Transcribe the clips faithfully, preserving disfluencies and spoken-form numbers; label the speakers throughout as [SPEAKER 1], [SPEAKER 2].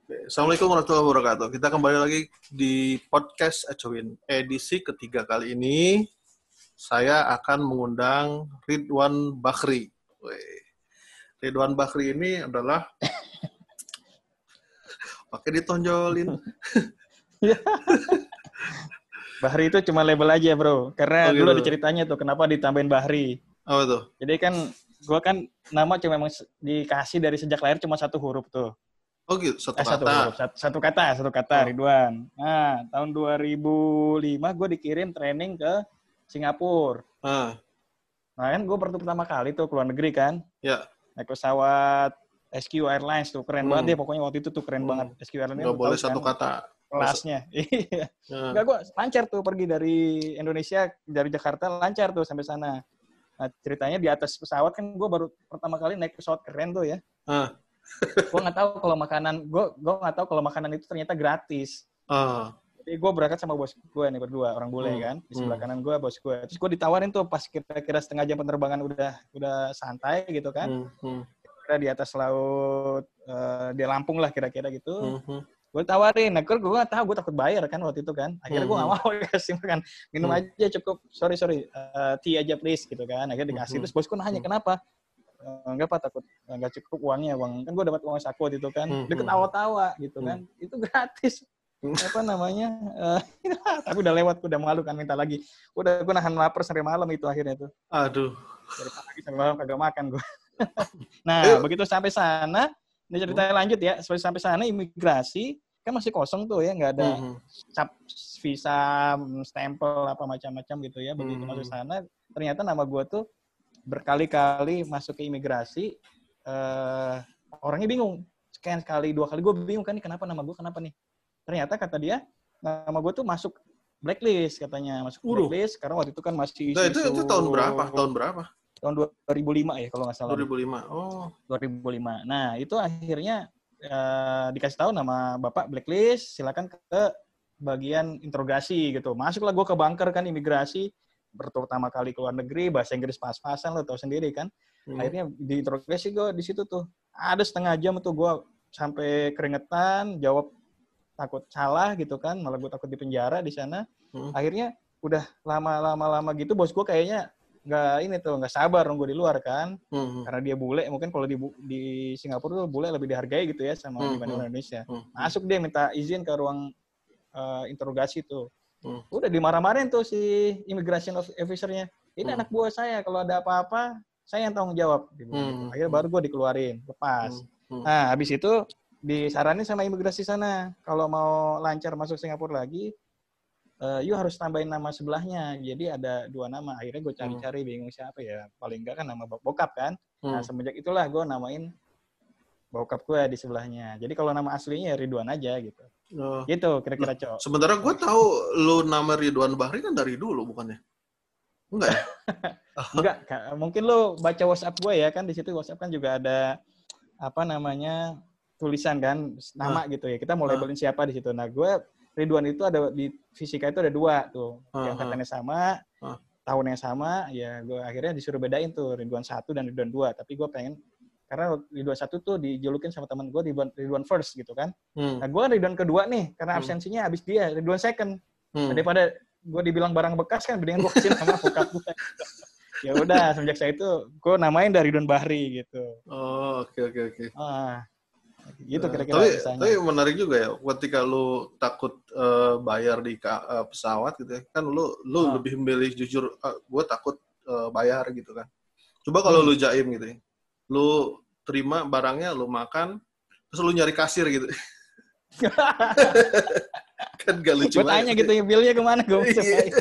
[SPEAKER 1] Assalamualaikum warahmatullahi wabarakatuh. Kita kembali lagi di podcast Acowin. Edisi ketiga kali ini, saya akan mengundang Ridwan Bakri. Weh. Ridwan Bakri ini adalah pakai ditonjolin.
[SPEAKER 2] Bahri itu cuma label aja, bro. Karena
[SPEAKER 1] Oh,
[SPEAKER 2] dulu
[SPEAKER 1] gitu.
[SPEAKER 2] ada ceritanya tuh, kenapa ditambahin Bahri.
[SPEAKER 1] Apa tuh?
[SPEAKER 2] Jadi kan, gue kan nama cuma memang dikasih dari sejak lahir cuma satu huruf tuh.
[SPEAKER 1] Oh gitu, satu
[SPEAKER 2] Eh,
[SPEAKER 1] kata.
[SPEAKER 2] satu huruf, satu, satu kata, satu kata,
[SPEAKER 1] Oh.
[SPEAKER 2] Ridwan. Nah, tahun dua ribu lima gue dikirim training ke Singapura.
[SPEAKER 1] Ah,
[SPEAKER 2] Nah kan gue baru pertama kali tuh ke luar negeri kan.
[SPEAKER 1] ya.
[SPEAKER 2] Naik pesawat S Q Airlines tuh, keren
[SPEAKER 1] Hmm.
[SPEAKER 2] banget deh. Pokoknya waktu itu tuh keren
[SPEAKER 1] Hmm.
[SPEAKER 2] banget. S Q Airlines
[SPEAKER 1] Nggak
[SPEAKER 2] kan,
[SPEAKER 1] boleh
[SPEAKER 2] tahu
[SPEAKER 1] satu
[SPEAKER 2] kan,
[SPEAKER 1] kata.
[SPEAKER 2] kelasnya. Iya.
[SPEAKER 1] Ya.
[SPEAKER 2] Enggak, gue lancar tuh pergi dari Indonesia, dari Jakarta lancar tuh sampai sana. Nah, ceritanya di atas pesawat kan gue baru pertama kali naik pesawat keren tuh ya.
[SPEAKER 1] Ah.
[SPEAKER 2] Gue nggak tahu kalau makanan, gue gue nggak tahu kalau makanan itu ternyata gratis.
[SPEAKER 1] Ah.
[SPEAKER 2] Jadi gue berangkat sama bos gue nih berdua, orang bule
[SPEAKER 1] Hmm.
[SPEAKER 2] kan. Di sebelah
[SPEAKER 1] Hmm.
[SPEAKER 2] kanan gue bos gue. Terus gue ditawarin tuh pas kira-kira setengah jam penerbangan udah udah santai gitu kan.
[SPEAKER 1] Hmm. Hmm.
[SPEAKER 2] Kira di atas laut, uh, di Lampung lah kira-kira gitu.
[SPEAKER 1] Hmm. Hmm.
[SPEAKER 2] Gue tawarin, nah gue nggak tahu, gue takut bayar kan waktu itu kan. Akhirnya gue nggak mau kasih makan, minum
[SPEAKER 1] Hmm.
[SPEAKER 2] aja cukup, sorry sorry, uh, tea aja please gitu kan. Akhirnya dikasih,
[SPEAKER 1] Hmm.
[SPEAKER 2] terus bosku nanya kenapa? Uh, enggak pak, takut nggak cukup uangnya, uang kan gue dapat uang saku waktu itu kan.
[SPEAKER 1] Hmm.
[SPEAKER 2] Dia ketawa-tawa gitu kan, itu gratis. Apa namanya? Uh, tapi udah lewat, udah malu kan minta lagi. Udah gue nahan lapar sampai malam itu akhirnya tuh.
[SPEAKER 1] Aduh.
[SPEAKER 2] Dari pagi sampai malam kagak makan gue. Nah
[SPEAKER 1] Ayo.
[SPEAKER 2] begitu sampai sana. Ini ceritanya lanjut ya, sampai sana imigrasi kan masih kosong tuh ya, nggak ada
[SPEAKER 1] Hmm.
[SPEAKER 2] cap visa, stempel apa macam-macam gitu ya. Begitu
[SPEAKER 1] Hmm.
[SPEAKER 2] masuk sana, ternyata nama gue tuh berkali-kali masuk ke imigrasi, eh, orangnya bingung, scan sekali dua kali gue bingung kan nih kenapa nama gue kenapa nih? Ternyata kata dia nama gue tuh masuk blacklist katanya, masuk
[SPEAKER 1] Uduh.
[SPEAKER 2] blacklist karena waktu itu kan masih
[SPEAKER 1] Nah,
[SPEAKER 2] isu-isu
[SPEAKER 1] itu itu tahun berapa? Tahun berapa?
[SPEAKER 2] tahun dua ribu lima ya kalau nggak salah.
[SPEAKER 1] dua ribu lima. Oh.
[SPEAKER 2] dua ribu lima. Nah, itu akhirnya uh, dikasih tahu nama Bapak blacklist, silakan ke bagian interogasi gitu. Masuklah gue ke bunker kan imigrasi, pertama kali ke luar negeri, bahasa Inggris pas-pasan lo tau sendiri kan. Hmm. Akhirnya diinterogasi gue di situ tuh. Ada setengah jam tuh gue sampai keringetan, jawab takut salah gitu kan, malah gue takut di penjara di sana. Hmm. Akhirnya udah lama-lama-lama gitu bos gue kayaknya nggak ini tuh nggak sabar nunggu di luar kan, hmm. karena dia bule, mungkin kalau di di Singapura tuh bule lebih dihargai gitu ya sama hmm. dibanding Indonesia. Hmm. Masuk dia minta izin ke ruang uh, interogasi tuh, hmm. udah dimarah-marahin tuh si immigration officer-nya. Ini hmm. anak buah saya, kalau ada apa-apa saya yang tanggung jawab. Gitu. Hmm. Akhirnya baru gue dikeluarin, lepas. Hmm. Hmm. Nah habis itu disaranin sama imigrasi sana, kalau mau lancar masuk Singapura lagi, Uh, you harus tambahin nama sebelahnya. Jadi ada dua nama. Akhirnya gue cari-cari, bingung siapa ya. Paling enggak kan nama bokap kan. Hmm. Nah semenjak itulah gue namain bokap gue di sebelahnya. Jadi kalau nama aslinya ya Ridwan aja gitu. Oh. Gitu kira-kira Cok.
[SPEAKER 1] Sementara gue tahu lu nama Ridwan Bahri kan dari dulu bukannya? Enggak ya?
[SPEAKER 2] Enggak. Mungkin lu baca WhatsApp gue ya kan. Di situ WhatsApp kan juga ada apa namanya tulisan kan nama ah. gitu ya. Kita mau labelin ah. siapa di situ. Nah gue Ridwan itu ada di fisika itu ada dua tuh, uh, yang katanya sama, uh. tahun yang sama, ya gue akhirnya disuruh bedain tuh Ridwan satu dan Ridwan dua. Tapi gue pengen karena Ridwan satu tuh dijulukin sama teman gue Ridwan, Ridwan first gitu kan. Hmm. Nah gue kan Ridwan kedua nih, karena absensinya habis dia Ridwan second. Hmm. Nah, daripada gue dibilang barang bekas kan, mendingan gue kasih nama bokap gue. Ya udah, semenjak saya itu gue namain dari Ridwan Bahri gitu.
[SPEAKER 1] Oh oke okay, oke okay, oke. Okay.
[SPEAKER 2] Ah. Gitu kira-kira
[SPEAKER 1] uh, tapi,
[SPEAKER 2] kisahnya.
[SPEAKER 1] Tapi menarik juga ya, ketika lu takut uh, bayar di uh, pesawat gitu ya, kan lu lu oh. lebih memilih jujur, uh, gue takut uh, bayar gitu kan. Coba kalau hmm. lu jaim gitu ya, lu terima barangnya, lu makan, terus lu nyari kasir gitu. Kan gak lucu banget.
[SPEAKER 2] Gue tanya gitu ya, bilnya kemana gue bisa bayar.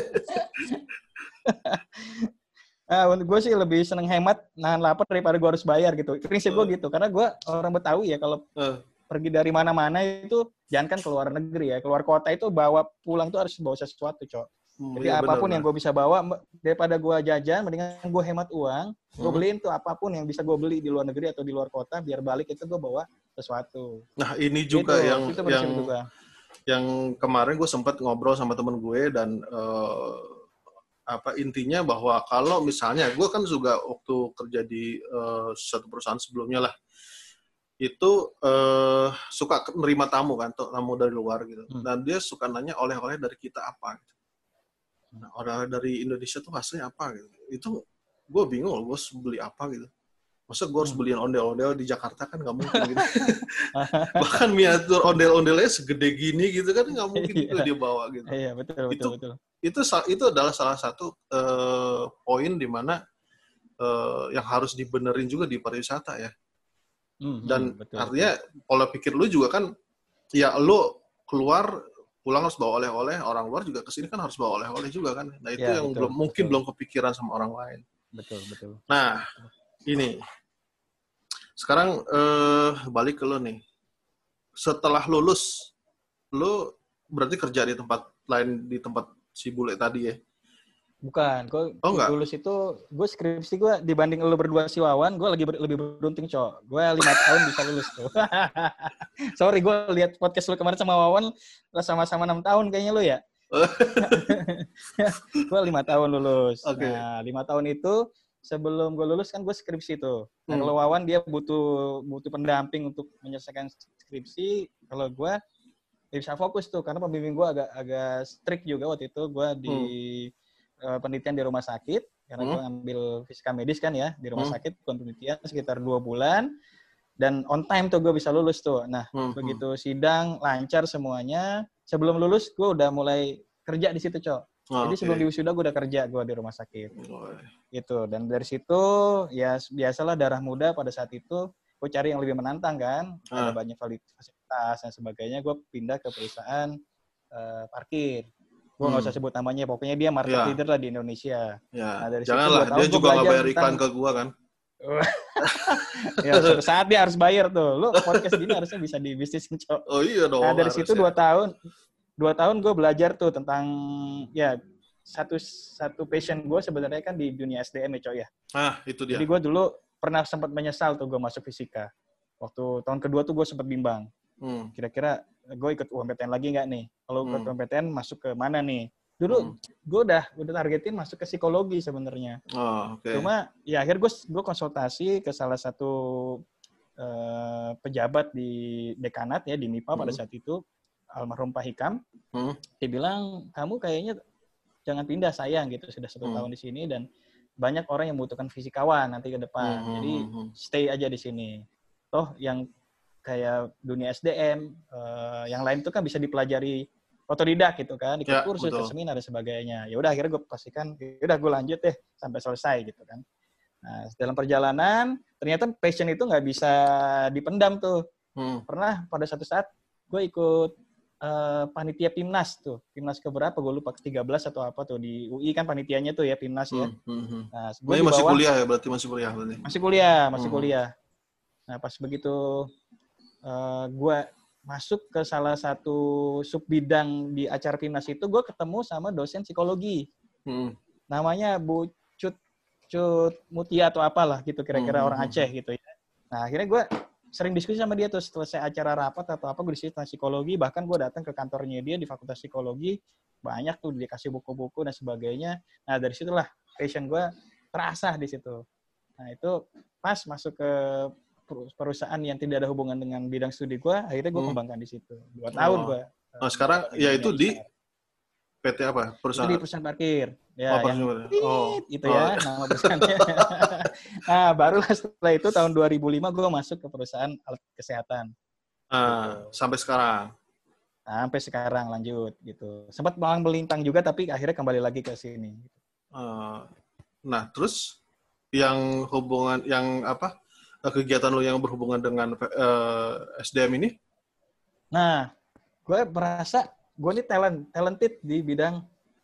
[SPEAKER 2] Nah, gue sih lebih seneng hemat, nahan lapar daripada gue harus bayar gitu. Prinsip gue gitu, karena gue orang Betawi ya, kalau uh. pergi dari mana-mana itu, jangan kan keluar negeri ya, keluar kota itu bawa pulang tuh harus bawa sesuatu, Cok. Hmm, Jadi iya, apapun bener, yang gue bisa bawa, daripada gue jajan, mendingan gue hemat uang, hmm. gue beliin tuh apapun yang bisa gue beli di luar negeri atau di luar kota, biar balik itu gue bawa sesuatu.
[SPEAKER 1] Nah ini juga gitu, yang
[SPEAKER 2] itu
[SPEAKER 1] yang,
[SPEAKER 2] juga.
[SPEAKER 1] yang kemarin gue sempat ngobrol sama temen gue dan uh, apa intinya bahwa kalau misalnya gue kan juga waktu kerja di uh, satu perusahaan sebelumnya lah, itu uh, suka menerima tamu kan, tamu dari luar gitu.
[SPEAKER 2] Hmm.
[SPEAKER 1] Dan dia suka nanya oleh-oleh dari kita apa gitu. Nah, oleh-oleh dari Indonesia tuh hasilnya apa gitu. Itu gue bingung loh, gue harus beli apa gitu. Masa gue harus beliin ondel-ondel di Jakarta kan nggak mungkin gitu. Bahkan miniatur ondel-ondelnya segede gini gitu kan nggak mungkin juga dia bawa gitu.
[SPEAKER 2] Iya, betul, betul,
[SPEAKER 1] itu
[SPEAKER 2] betul.
[SPEAKER 1] itu itu adalah salah satu uh, poin di mana uh, yang harus dibenerin juga di pariwisata ya.
[SPEAKER 2] Hmm,
[SPEAKER 1] Dan
[SPEAKER 2] betul,
[SPEAKER 1] artinya
[SPEAKER 2] betul.
[SPEAKER 1] pola pikir lu juga kan, ya lu keluar pulang harus bawa oleh-oleh, orang luar juga kesini kan harus bawa oleh-oleh juga kan. Nah itu
[SPEAKER 2] Ya,
[SPEAKER 1] yang
[SPEAKER 2] betul,
[SPEAKER 1] belum mungkin
[SPEAKER 2] betul.
[SPEAKER 1] belum kepikiran sama orang lain.
[SPEAKER 2] Betul, betul.
[SPEAKER 1] Nah ini sekarang eh, balik ke lu nih. Setelah lulus, lu berarti kerja di tempat lain, di tempat si bule tadi ya?
[SPEAKER 2] Bukan, gue
[SPEAKER 1] Oh,
[SPEAKER 2] lulus itu, gue skripsi gue dibanding lu berdua si Wawan, gue lagi ber, lebih beruntung, Cok. Gue lima tahun bisa lulus tuh. Sorry, gue lihat podcast lu kemarin sama Wawan, sama-sama enam tahun kayaknya lu ya. Gue lima tahun lulus.
[SPEAKER 1] Okay.
[SPEAKER 2] Nah, lima tahun itu sebelum gue lulus kan gue skripsi tuh. Nah,
[SPEAKER 1] hmm.
[SPEAKER 2] kalau Wawan dia butuh butuh pendamping untuk menyelesaikan skripsi. Kalau gue bisa fokus tuh, karena pembimbing gue agak agak strict juga waktu itu. Gue di hmm. uh, penelitian di rumah sakit, karena hmm. gue ngambil fisika medis kan ya di rumah hmm. sakit, penelitian sekitar dua bulan. Dan on time tuh gue bisa lulus tuh. Nah, hmm. begitu sidang lancar semuanya, sebelum lulus gue udah mulai kerja di situ, Cok. Oh, Jadi okay. sebelum di wisuda gue udah kerja gue di rumah sakit. Oh. Gitu. Dan dari situ ya biasalah darah muda pada saat itu gue cari yang lebih menantang kan. Ah. Ada banyak fasilitas dan sebagainya. Gue pindah ke perusahaan uh, parkir. Gue nggak hmm. usah sebut namanya. Pokoknya dia market ya. leader lah di Indonesia.
[SPEAKER 1] Ya. Nah, dari Janganlah, situ dia juga nggak bayar iklan tentang... ke gue kan.
[SPEAKER 2] Ya suatu saat dia harus bayar tuh. Lu podcast gini harusnya bisa dibisnisin, Cok.
[SPEAKER 1] Oh iya dong.
[SPEAKER 2] Nah dari situ dua tahun, dua tahun gue belajar tuh tentang ya satu satu passion gue sebenarnya kan di dunia S D M ya, Cok ya.
[SPEAKER 1] Ah itu dia.
[SPEAKER 2] Jadi gue dulu pernah sempat menyesal tuh gue masuk fisika. Waktu tahun kedua tuh gue sempat bimbang. Hmm. Kira-kira gue ikut U M P T N lagi nggak nih? Kalau ikut hmm. U M P T N masuk ke mana nih? Dulu hmm. gue udah udah targetin masuk ke psikologi sebenarnya.
[SPEAKER 1] Oh, okay.
[SPEAKER 2] Cuma ya akhirnya gue gue konsultasi ke salah satu uh, pejabat di dekanat ya di M I P A hmm. pada saat itu, almarhum Pak Hikam. Hmm. Dia bilang kamu kayaknya jangan pindah sayang gitu, sudah satu hmm. tahun di sini dan banyak orang yang membutuhkan fisikawan nanti ke depan. Hmm. Jadi stay aja di sini. Toh yang kayak dunia S D M uh, yang lain itu kan bisa dipelajari otodidak gitu kan, ikut ya, kursus, ke seminar dan sebagainya. Ya udah akhirnya gue pastikan, ya udah gue lanjut deh sampai selesai gitu kan. Nah, dalam perjalanan ternyata passion itu nggak bisa dipendam tuh. Hmm. Pernah pada satu saat gue ikut uh, panitia Pimnas tuh. Pimnas keberapa gue lupa, ke tiga belas atau apa tuh di U I kan panitianya tuh ya Pimnas ya.
[SPEAKER 1] Hmm. Hmm.
[SPEAKER 2] Nah,
[SPEAKER 1] gue di masih kuliah ya berarti masih kuliah berarti.
[SPEAKER 2] Masih kuliah, masih hmm. kuliah. Nah, pas begitu uh, gue masuk ke salah satu subbidang di acara Pimnas itu, gue ketemu sama dosen psikologi. Hmm. Namanya Bu Cut, Cut Mutia atau apalah gitu, kira-kira hmm. orang Aceh gitu ya. Nah, akhirnya gue sering diskusi sama dia tuh, selesai acara rapat atau apa, gue diskusi tentang psikologi, bahkan gue datang ke kantornya dia di Fakultas Psikologi, banyak tuh dikasih buku-buku dan sebagainya. Nah, dari situlah passion gue terasa di situ. Nah, itu pas masuk ke perusahaan yang tidak ada hubungan dengan bidang studi gue, akhirnya gue hmm. kembangkan di situ. Dua tahun
[SPEAKER 1] oh.
[SPEAKER 2] gue.
[SPEAKER 1] Nah, sekarang ya itu di P T apa? Perusahaan?
[SPEAKER 2] Itu di perusahaan parkir. Ya,
[SPEAKER 1] oh,
[SPEAKER 2] yang
[SPEAKER 1] oh.
[SPEAKER 2] itu
[SPEAKER 1] oh.
[SPEAKER 2] ya, nama perusahaannya. Nah, barulah setelah itu tahun dua ribu lima gue masuk ke perusahaan alat kesehatan.
[SPEAKER 1] Ah, gitu. Sampai sekarang?
[SPEAKER 2] Sampai sekarang lanjut gitu. Sempat malang melintang juga, tapi akhirnya kembali lagi ke sini.
[SPEAKER 1] Uh, nah, terus yang hubungan, yang apa, kegiatan lo yang berhubungan dengan uh, S D M ini?
[SPEAKER 2] Nah, gue merasa gue ini talent, talented di bidang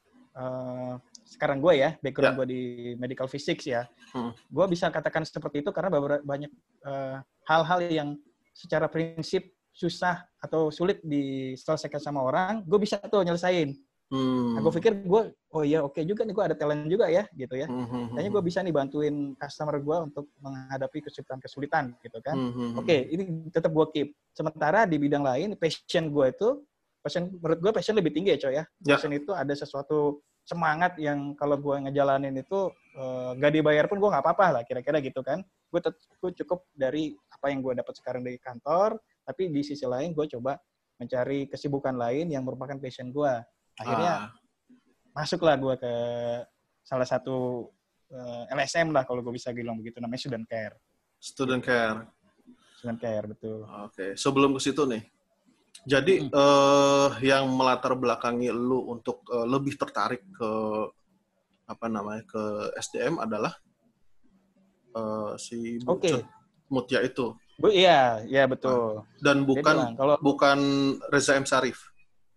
[SPEAKER 2] uh, sekarang gue ya, background ya. Gue di medical physics ya. Hmm. Gue bisa katakan seperti itu karena banyak uh, hal-hal yang secara prinsip susah atau sulit diselesaikan sama orang, gue bisa tuh nyelesain. Hmm. Nah, gue pikir gue, oh iya oke okay juga nih, gue ada talent juga ya, gitu ya. Hmm. Kayaknya gue bisa nih bantuin customer gue untuk menghadapi kesulitan-kesulitan, gitu kan. Hmm. Oke, okay, ini tetap gue keep. Sementara di bidang lain, passion gue itu, passion, menurut gue passion lebih tinggi ya, coy ya. Passion ya. Itu ada sesuatu semangat yang kalau gue ngejalanin itu uh, gak dibayar pun gue gak apa-apa lah, kira-kira gitu kan. gue gue cukup dari apa yang gue dapat sekarang dari kantor, tapi di sisi lain gue coba mencari kesibukan lain yang merupakan passion gue. Akhirnya ah. masuklah gue ke salah satu uh, L S M lah kalau gue bisa bilang begitu, namanya Student Care.
[SPEAKER 1] Student Care.
[SPEAKER 2] Student Care, betul.
[SPEAKER 1] Oke, okay. Sebelum ke situ nih. Jadi hmm. uh, yang melatar belakangi lu untuk uh, lebih tertarik ke apa namanya ke S D M adalah uh, si Bu
[SPEAKER 2] okay.
[SPEAKER 1] Mutia itu.
[SPEAKER 2] Bu, iya, iya betul.
[SPEAKER 1] Dan bukan bilang, kalau bukan Reza M. Sarif.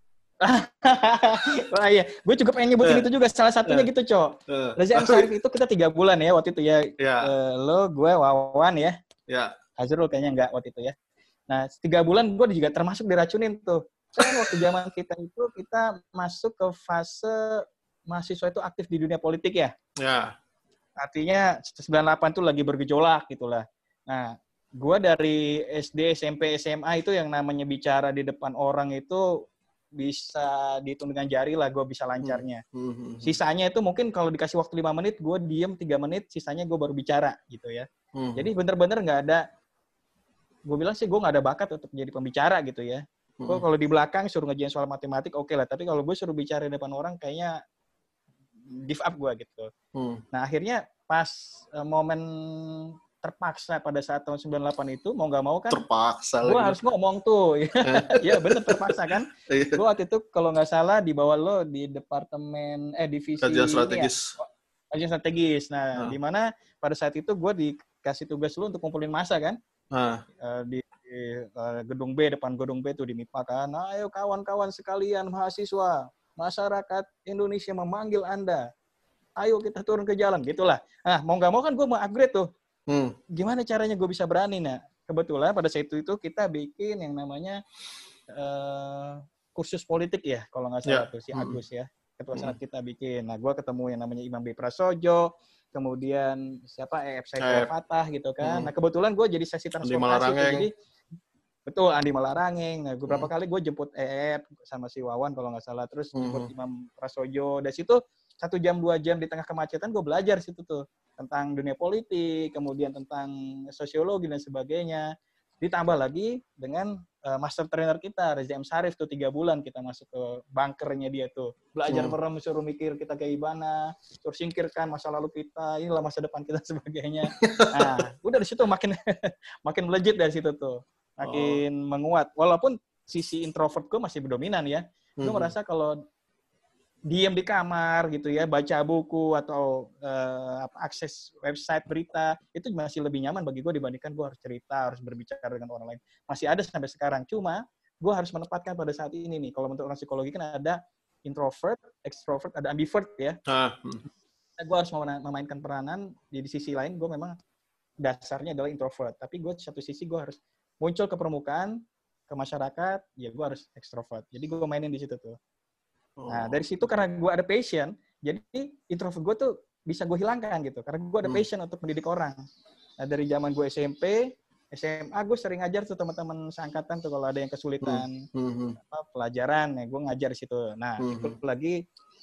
[SPEAKER 2] Wah iya, gue juga pengen nyebutin uh, itu juga salah satunya uh, gitu, Cok. Uh, Reza M. Sarif itu kita tiga bulan ya waktu itu ya. Yeah. Uh, lo, gue, Wawan ya.
[SPEAKER 1] Ya. Yeah.
[SPEAKER 2] Hazrul kayaknya enggak waktu itu ya. Nah, tiga bulan gue juga termasuk diracunin tuh. Kan waktu zaman kita itu, kita masuk ke fase mahasiswa itu aktif di dunia politik ya.
[SPEAKER 1] Ya.
[SPEAKER 2] Artinya sembilan puluh delapan tuh lagi bergejolak gitulah. Nah, gue dari S D, S M P, S M A itu yang namanya bicara di depan orang itu bisa dihitung dengan jari lah gue bisa lancarnya. Hmm. Hmm. Sisanya itu mungkin kalau dikasih waktu lima menit, gue diem tiga menit, sisanya gue baru bicara gitu ya. Hmm. Jadi bener-bener nggak ada, gue bilang sih gue nggak ada bakat untuk menjadi pembicara gitu ya. Hmm. Gue kalau di belakang suruh ngerjain soal matematik oke okay lah, tapi kalau gue suruh bicara di depan orang kayaknya give up gue gitu. Hmm. Nah akhirnya pas uh, momen terpaksa pada saat tahun sembilan puluh delapan itu mau nggak mau kan
[SPEAKER 1] terpaksa
[SPEAKER 2] gue harus ngomong tuh. Ya bener terpaksa kan. Gue waktu itu kalau nggak salah di bawah lo di departemen eh divisi
[SPEAKER 1] kajian strategis.
[SPEAKER 2] Ya, kajian strategis. Nah, hmm. di mana pada saat itu gue dikasih tugas lo untuk kumpulin massa kan. Uh. Uh, di, di uh, gedung B, depan gedung B tuh di M I P A kan. Nah, ayo kawan-kawan sekalian mahasiswa, masyarakat Indonesia memanggil Anda. Ayo kita turun ke jalan, gitulah. Nah, mau nggak mau kan gue mau upgrade tuh. Hmm. Gimana caranya gue bisa berani? Nah, kebetulan pada saat itu, itu kita bikin yang namanya uh, kursus politik ya, kalau nggak salah yeah. tuh si Agus hmm. ya. Ketua Senat hmm. kita bikin. Nah, gue ketemu yang namanya Imam B. Prasojo, kemudian siapa E F Saiful Fatah gitu kan. Hmm. Nah kebetulan gue jadi sesi transportasi tuh, jadi betul Andi Malarangeng. Nah beberapa hmm. kali gue jemput E F sama si Wawan kalau nggak salah, terus hmm. jemput Imam Prasojo. Dari situ satu jam dua jam di tengah kemacetan gue belajar situ tuh tentang dunia politik, kemudian tentang sosiologi dan sebagainya. Ditambah lagi dengan uh, master trainer kita Reza M. Sarif tuh tiga bulan kita masuk ke bunkernya dia tuh belajar hmm. bareng, suruh mikir kita kayak gimana, suruh singkirkan masa lalu kita, inilah masa depan kita sebagainya. Nah udah di situ makin makin melejit dari situ tuh, makin oh. menguat. Walaupun sisi introvert gue masih dominan ya, gue hmm. merasa kalau diam di kamar gitu ya, baca buku atau uh, akses website berita, itu masih lebih nyaman bagi gue dibandingkan gue harus cerita, harus berbicara dengan orang lain. Masih ada sampai sekarang. Cuma gue harus menempatkan pada saat ini nih, kalau menurut orang psikologi kan ada introvert, extrovert, ada ambivert ya. Ah. Nah, gue harus memainkan peranan, di, di sisi lain gue memang dasarnya adalah introvert. Tapi gue di satu sisi gue harus muncul ke permukaan, ke masyarakat, ya gue harus extrovert. Jadi gue mainin di situ tuh. Nah, dari situ karena gue ada passion, jadi introvert gue tuh bisa gue hilangkan gitu. Karena gue ada passion hmm. untuk mendidik orang. Nah, dari zaman gue S M P, S M A gue sering ngajar tuh teman-teman seangkatan tuh kalau ada yang kesulitan hmm. Hmm. Apa, pelajaran, ya gue ngajar di situ. Nah, hmm. itu lagi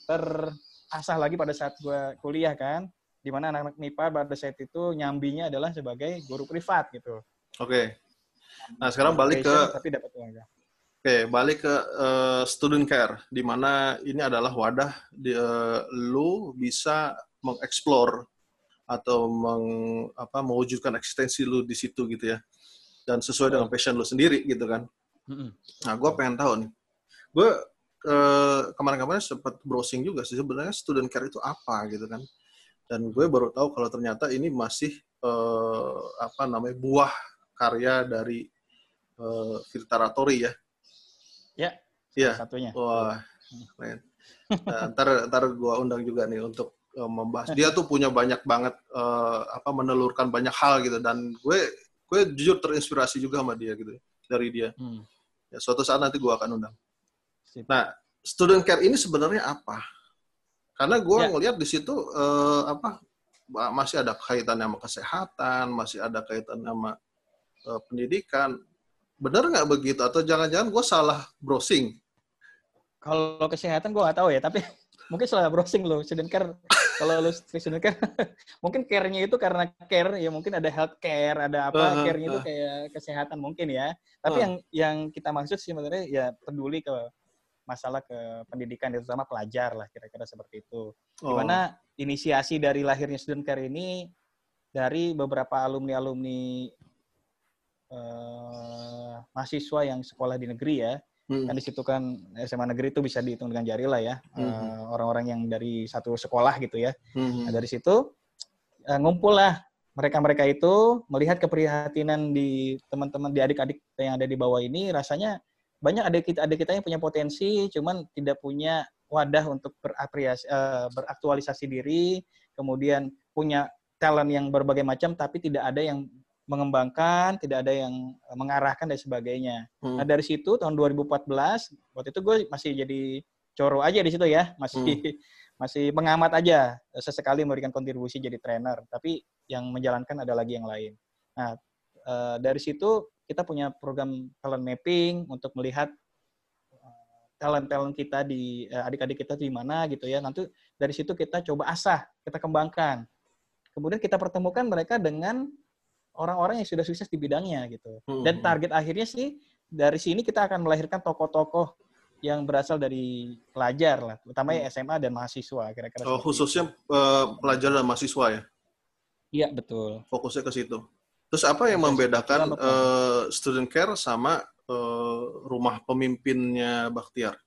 [SPEAKER 2] terasah lagi pada saat gue kuliah kan, di mana anak-anak M I P A pada saat itu nyambinya adalah sebagai guru privat gitu.
[SPEAKER 1] Oke. Okay. Nah, sekarang balik passion, ke...
[SPEAKER 2] Tapi dapat uang.
[SPEAKER 1] Oke, balik ke uh, student care, di mana ini adalah wadah di, uh, lu bisa mengeksplor atau meng, apa, mewujudkan eksistensi lu di situ gitu ya, dan sesuai dengan passion lu sendiri gitu kan. Nah, gue pengen tahu nih, gue uh, kemarin-kemarin sempat browsing juga sih sebenarnya student care itu apa gitu kan, dan gue baru tahu kalau ternyata ini masih uh, apa namanya buah karya dari uh, Tirta Ratori ya.
[SPEAKER 2] Ya,
[SPEAKER 1] ya.
[SPEAKER 2] Satunya.
[SPEAKER 1] Wah, keren. Nah, ntar ntar gue undang juga nih untuk uh, membahas. Dia tuh punya banyak banget uh, apa menelurkan banyak hal gitu, dan gue gue jujur terinspirasi juga sama dia gitu dari dia. Hmm. Ya, suatu saat nanti gue akan undang. Sip. Nah, student care ini sebenarnya apa? Karena gue ya. ngelihat di situ uh, apa masih ada kaitan sama kesehatan, masih ada kaitan sama uh, pendidikan. Benar nggak begitu? Atau jangan-jangan gue salah browsing?
[SPEAKER 2] Kalau kesehatan gue nggak tahu ya, tapi mungkin salah browsing lo, student care. Kalau lo student care, mungkin care-nya itu karena care, ya mungkin ada health care, ada apa,
[SPEAKER 1] Uh,
[SPEAKER 2] care-nya itu
[SPEAKER 1] uh,
[SPEAKER 2] kayak kesehatan mungkin ya. Tapi
[SPEAKER 1] uh.
[SPEAKER 2] yang yang kita maksud sih sebenarnya ya peduli ke masalah ke pendidikan, terutama pelajar lah, kira-kira seperti itu. Dimana oh. inisiasi dari lahirnya student care ini dari beberapa alumni-alumni eh, mahasiswa yang sekolah di negeri ya. Hmm. Kan di situ kan S M A negeri itu bisa dihitung dengan jari lah ya. Hmm. Uh, orang-orang yang dari satu sekolah gitu ya. Hmm. Nah, dari situ uh, ngumpul lah mereka-mereka itu melihat keprihatinan di teman-teman, di adik-adik yang ada di bawah ini, rasanya banyak adik-adik kita yang punya potensi, cuman tidak punya wadah untuk berapriasi, uh, beraktualisasi diri, kemudian punya talent yang berbagai macam, tapi tidak ada yang mengembangkan, tidak ada yang mengarahkan dan sebagainya. Hmm. Nah dari situ tahun dua ribu empat belas, waktu itu gue masih jadi coro aja di situ ya, masih hmm. masih pengamat aja, sesekali memberikan kontribusi jadi trainer, tapi yang menjalankan ada lagi yang lain. Nah uh, dari situ kita punya program talent mapping untuk melihat talent-talent kita di uh, adik-adik kita di mana gitu ya. Nanti dari situ kita coba asah, kita kembangkan. Kemudian kita pertemukan mereka dengan orang-orang yang sudah sukses di bidangnya gitu. Dan target akhirnya sih dari sini kita akan melahirkan tokoh-tokoh yang berasal dari pelajar lah, terutama S M A dan mahasiswa kira-kira.
[SPEAKER 1] Oh, khususnya uh, pelajar dan mahasiswa ya?
[SPEAKER 2] Iya, betul.
[SPEAKER 1] Fokusnya ke situ. Terus apa yang membedakan uh, student care sama uh, rumah pemimpinnya Bakhtiar?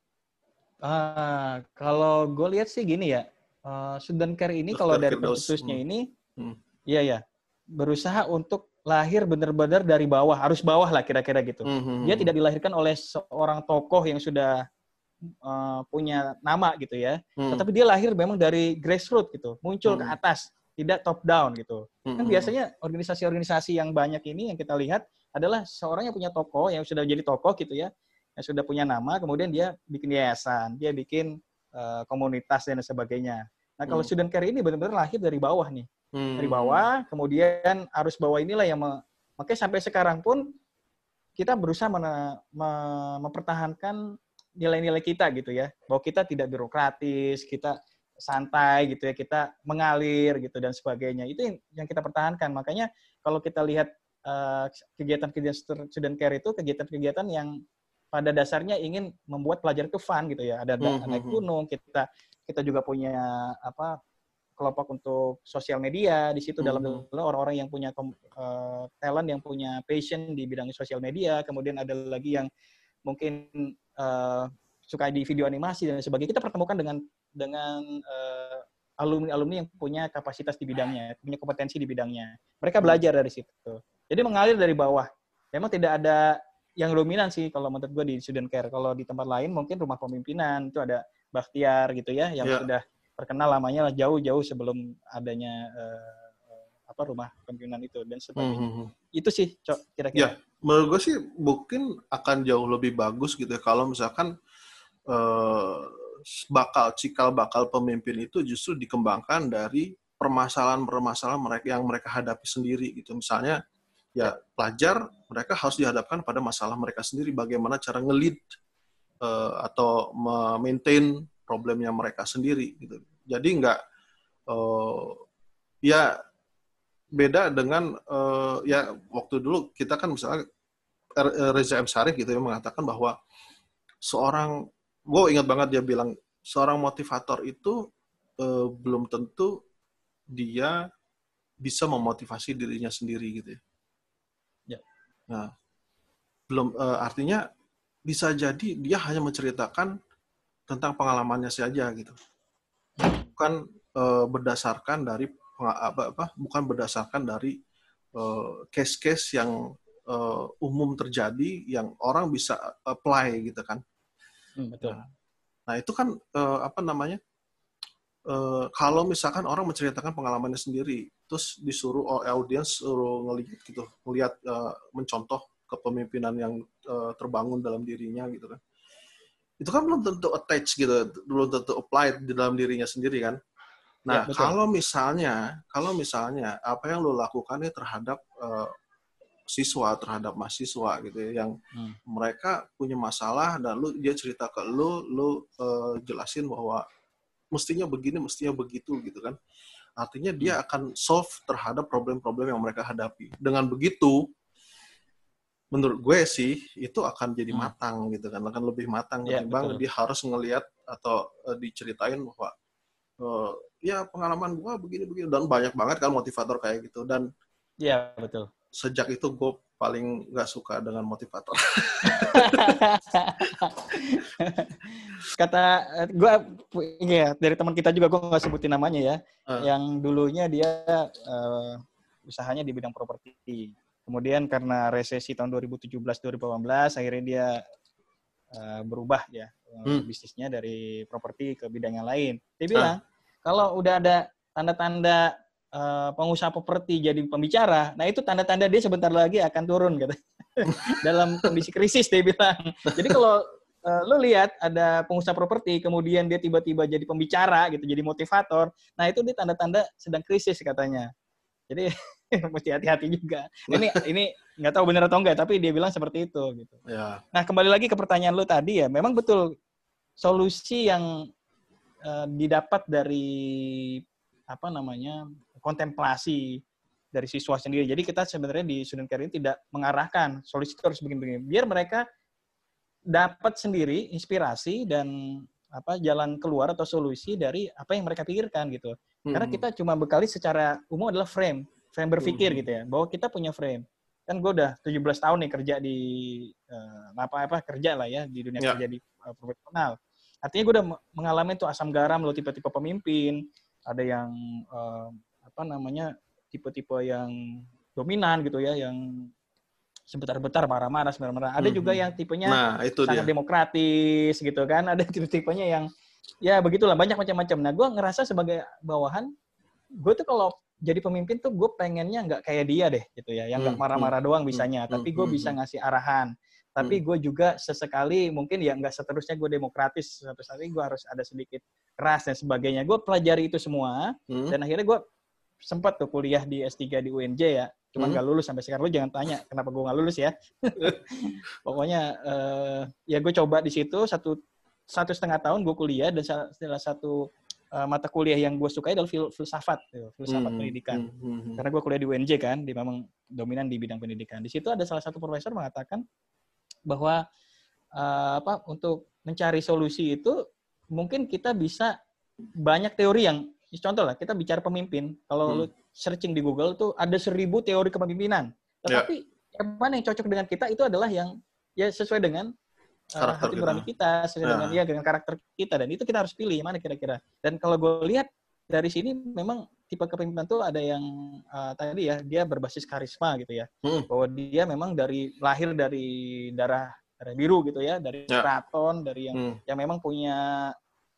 [SPEAKER 2] Ah, kalau gue lihat sih gini ya, uh, student care ini Bakhtiar kalau dari pencetusnya hmm. ini, hmm. iya ya, berusaha untuk lahir benar-benar dari bawah, harus bawah lah kira-kira gitu. Mm-hmm. Dia tidak dilahirkan oleh seorang tokoh yang sudah uh, punya nama gitu ya, mm. tetapi dia lahir memang dari grassroots gitu, muncul mm. ke atas, tidak top down gitu. Mm-hmm. Kan biasanya organisasi-organisasi yang banyak ini yang kita lihat adalah seorang yang punya tokoh, yang sudah jadi tokoh gitu ya, yang sudah punya nama, kemudian dia bikin yayasan, dia bikin uh, komunitas dan sebagainya. Nah kalau mm. student care ini benar-benar lahir dari bawah nih. Hmm. Dari bawah, kemudian arus bawah inilah yang me- makanya sampai sekarang pun kita berusaha men- me- mempertahankan nilai-nilai kita gitu ya, bahwa kita tidak birokratis, kita santai gitu ya, kita mengalir gitu dan sebagainya. Itu yang kita pertahankan. Makanya kalau kita lihat uh, kegiatan-kegiatan student care itu kegiatan-kegiatan yang pada dasarnya ingin membuat pelajar itu fun gitu ya. Ada hmm. naik gunung, kita kita juga punya apa kelompok untuk sosial media di situ mm-hmm. dalam orang-orang yang punya uh, talent, yang punya passion di bidang sosial media, kemudian ada lagi yang mungkin uh, suka di video animasi dan sebagainya. Kita pertemukan dengan dengan uh, alumni-alumni yang punya kapasitas di bidangnya, punya kompetensi di bidangnya. Mereka belajar dari situ. Jadi mengalir dari bawah. Memang tidak ada yang dominan sih kalau menurut gue di student care. Kalau di tempat lain mungkin rumah pemimpinan itu ada Bakhtiar gitu ya, yang yeah. sudah terkenal lamanya jauh-jauh sebelum adanya uh, apa rumah pemimpinan itu dan sebagainya. Mm-hmm. Itu sih, Cok, kira-kira.
[SPEAKER 1] Ya, menurut gue sih mungkin akan jauh lebih bagus gitu ya kalau misalkan uh, bakal cikal bakal pemimpin itu justru dikembangkan dari permasalahan-permasalahan mereka yang mereka hadapi sendiri gitu. Misalnya ya, ya. pelajar mereka harus dihadapkan pada masalah mereka sendiri, bagaimana cara nge-lead uh, atau maintain problemnya mereka sendiri gitu. Jadi nggak uh, ya beda dengan uh, ya waktu dulu kita kan misalnya Reza M. Syarif gitu ya mengatakan bahwa seorang, gue ingat banget dia bilang seorang motivator itu uh, belum tentu dia bisa memotivasi dirinya sendiri gitu ya.
[SPEAKER 2] Ya.
[SPEAKER 1] Nah, belum uh, artinya bisa jadi dia hanya menceritakan tentang pengalamannya saja gitu, bukan uh, berdasarkan dari apa apa bukan berdasarkan dari uh, case-case yang uh, umum terjadi yang orang bisa apply gitu kan.
[SPEAKER 2] Hmm, betul.
[SPEAKER 1] Nah, nah itu kan uh, apa namanya uh, kalau misalkan orang menceritakan pengalamannya sendiri, terus disuruh audiens suruh ngelihat gitu, ngelihat uh, mencontoh kepemimpinan yang uh, terbangun dalam dirinya gitu kan. Itu kan belum tentu attach gitu, belum tentu apply di dalam dirinya sendiri kan. Nah, ya, kalau misalnya, kalau misalnya apa yang lo lakukan ini terhadap uh, siswa, terhadap mahasiswa gitu ya, yang hmm. mereka punya masalah dan lu dia cerita ke lu, lu uh, jelasin bahwa mestinya begini, mestinya begitu gitu kan. Artinya dia akan solve terhadap problem-problem yang mereka hadapi. Dengan begitu, menurut gue sih itu akan jadi
[SPEAKER 2] Hmm.
[SPEAKER 1] matang gitu kan, akan lebih matang
[SPEAKER 2] Ya,
[SPEAKER 1] ketimbang
[SPEAKER 2] betul.
[SPEAKER 1] dia harus ngelihat atau uh, diceritain bahwa uh, ya pengalaman gue begini-begini, dan banyak banget kan motivator kayak gitu. Dan
[SPEAKER 2] Iya, betul.
[SPEAKER 1] sejak itu gue paling nggak suka dengan motivator.
[SPEAKER 2] Kata gue, ya dari teman kita juga, gue nggak sebutin namanya ya,
[SPEAKER 1] Uh.
[SPEAKER 2] yang dulunya dia uh, usahanya di bidang properti. Kemudian karena resesi tahun dua ribu tujuh belas dua ribu delapan belas, akhirnya dia uh, berubah ya uh,
[SPEAKER 1] Hmm.
[SPEAKER 2] bisnisnya dari properti ke bidang yang lain. Dia
[SPEAKER 1] Uh.
[SPEAKER 2] bilang, kalau udah ada tanda-tanda uh, pengusaha properti jadi pembicara, nah itu tanda-tanda dia sebentar lagi akan turun gitu. Dalam kondisi krisis, dia bilang. Jadi kalau uh, lo lihat ada pengusaha properti, kemudian dia tiba-tiba jadi pembicara gitu, jadi motivator, nah itu dia tanda-tanda sedang krisis katanya. Jadi mesti hati-hati juga. Ini ini nggak tahu benar atau enggak, tapi dia bilang seperti itu gitu.
[SPEAKER 1] Ya.
[SPEAKER 2] Nah, kembali lagi ke pertanyaan lo tadi ya, memang betul solusi yang uh, didapat dari apa namanya kontemplasi dari siswa sendiri. Jadi kita sebenarnya di student care ini tidak mengarahkan solusi itu harus begini-begini. Biar mereka dapat sendiri inspirasi dan apa jalan keluar atau solusi dari apa yang mereka pikirkan gitu. Hmm. Karena kita cuma bekali secara umum adalah frame, frame berpikir hmm. gitu ya. Bahwa kita punya frame. Kan gue udah tujuh belas tahun nih kerja di uh, apa-apa kerja lah ya di dunia yeah. kerja di uh, profesional. Artinya gue udah mengalami tuh asam garam lo tipe-tipe pemimpin, ada yang uh, apa namanya tipe-tipe yang dominan gitu ya, yang sebentar-bentar marah-marah, sebentar-bentar. Ada mm-hmm. juga yang tipenya
[SPEAKER 1] nah, itu
[SPEAKER 2] sangat dia. demokratis gitu kan. Ada tipe-tipenya yang ya begitulah, banyak macam-macam. Nah, gue ngerasa sebagai bawahan, gue tuh kalau jadi pemimpin tuh gue pengennya nggak kayak dia deh gitu ya, yang nggak mm-hmm. marah-marah doang bisanya, mm-hmm. tapi gue bisa ngasih arahan. Tapi gue juga sesekali mungkin ya nggak seterusnya gue demokratis, satu kali gue harus ada sedikit keras dan sebagainya. Gue pelajari itu semua mm-hmm. dan akhirnya gue sempat tuh kuliah di S tiga di U N J ya, cuman nggak hmm. lulus sampai sekarang. Lu jangan tanya kenapa gue nggak lulus ya. Pokoknya uh, ya gue coba di situ satu satu setengah tahun gue kuliah, dan salah satu uh, mata kuliah yang gue sukai adalah fil- filsafat, filsafat hmm. pendidikan. Hmm. Karena gue kuliah di U N J kan, di memang dominan di bidang pendidikan. Di situ ada salah satu profesor mengatakan bahwa uh, apa untuk mencari solusi itu mungkin kita bisa banyak teori yang contoh lah, kita bicara pemimpin. Kalau hmm. lu searching di Google tuh ada seribu teori kepemimpinan. Tetapi yeah. yang mana yang cocok dengan kita itu adalah yang ya sesuai dengan uh, hati nurani kita, sesuai yeah. dengan ya dengan karakter kita, dan itu kita harus pilih mana kira-kira. Dan kalau gue lihat dari sini memang tipe kepemimpinan tuh ada yang uh, tadi ya dia berbasis karisma gitu ya. Hmm. Bahwa dia memang dari lahir dari darah darah biru gitu ya, dari yeah. keraton, dari yang hmm. yang memang punya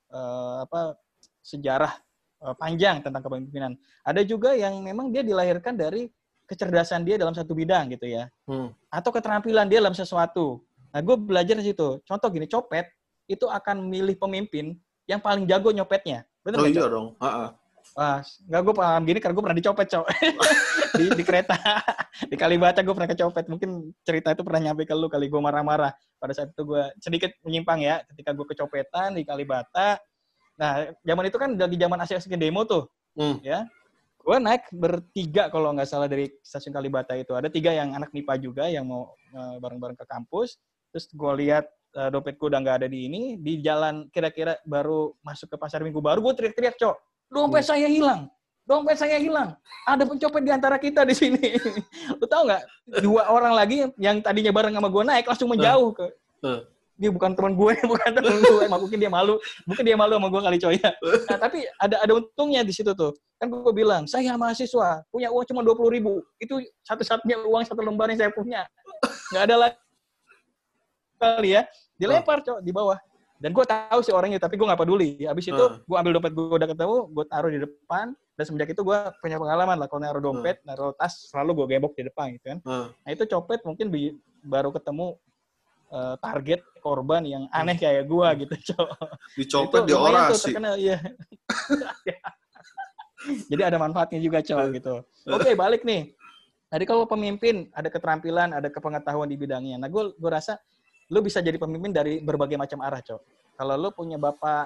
[SPEAKER 2] uh, apa sejarah panjang tentang kepemimpinan. Ada juga yang memang dia dilahirkan dari kecerdasan dia dalam satu bidang gitu ya. Hmm. Atau keterampilan dia dalam sesuatu. Nah, gue belajar di situ. Contoh gini, copet itu akan milih pemimpin yang paling jago nyopetnya. Bener
[SPEAKER 1] oh
[SPEAKER 2] gak,
[SPEAKER 1] iya
[SPEAKER 2] Cok?
[SPEAKER 1] dong. Uh-uh.
[SPEAKER 2] Wah, nggak, gue paham gini karena gue pernah dicopet, Cok. di, di kereta. Di Kalibata gue pernah kecopet. Mungkin cerita itu pernah nyampe ke lu kali, gue marah-marah. Pada saat itu gue sedikit menyimpang ya. Ketika gue kecopetan di Kalibata. Nah, zaman itu kan lagi zaman asik-asik demo tuh, hmm. ya. Gue naik bertiga kalau nggak salah dari stasiun Kalibata itu. Ada tiga yang anak M I P A juga yang mau uh, bareng-bareng ke kampus. Terus gue lihat uh, dompetku udah nggak ada di ini. Di jalan kira-kira baru masuk ke Pasar Minggu Baru, gue teriak-teriak, Cok. Dompet hmm. saya hilang. Dompet saya hilang. Ada pencopet di antara kita di sini. Lu tahu nggak? Dua orang lagi yang tadinya bareng sama gue naik langsung menjauh ke... Uh. Dia bukan teman gue, bukan teman gue, mungkin dia malu, mungkin dia malu sama gue kali coy ya. Nah, tapi ada ada untungnya di situ tuh. Kan gue bilang, saya mahasiswa, punya uang cuma dua puluh ribu. Itu satu-satunya uang satu lembar yang saya punya. Nggak ada lagi kali ya. Dilempar coy di bawah. Dan gue tahu si orangnya, tapi gue nggak peduli. Habis itu gue ambil dompet gue udah ketemu, gue taruh di depan. Dan semenjak itu gue punya pengalaman lah, kalau naruh dompet, naruh tas, selalu gue gebok di depan gitu kan. Nah itu copet mungkin bi- baru ketemu Uh, target korban yang aneh kayak gua gitu, Cok.
[SPEAKER 1] Dicopet di orasi.
[SPEAKER 2] Terkenal, iya. Jadi ada manfaatnya juga, Cok, gitu. Oke, okay, balik nih. Tadi kalau pemimpin ada keterampilan, ada kepengetahuan di bidangnya. Nah, gua gua rasa lu bisa jadi pemimpin dari berbagai macam arah, Cok. Kalau lu punya bapak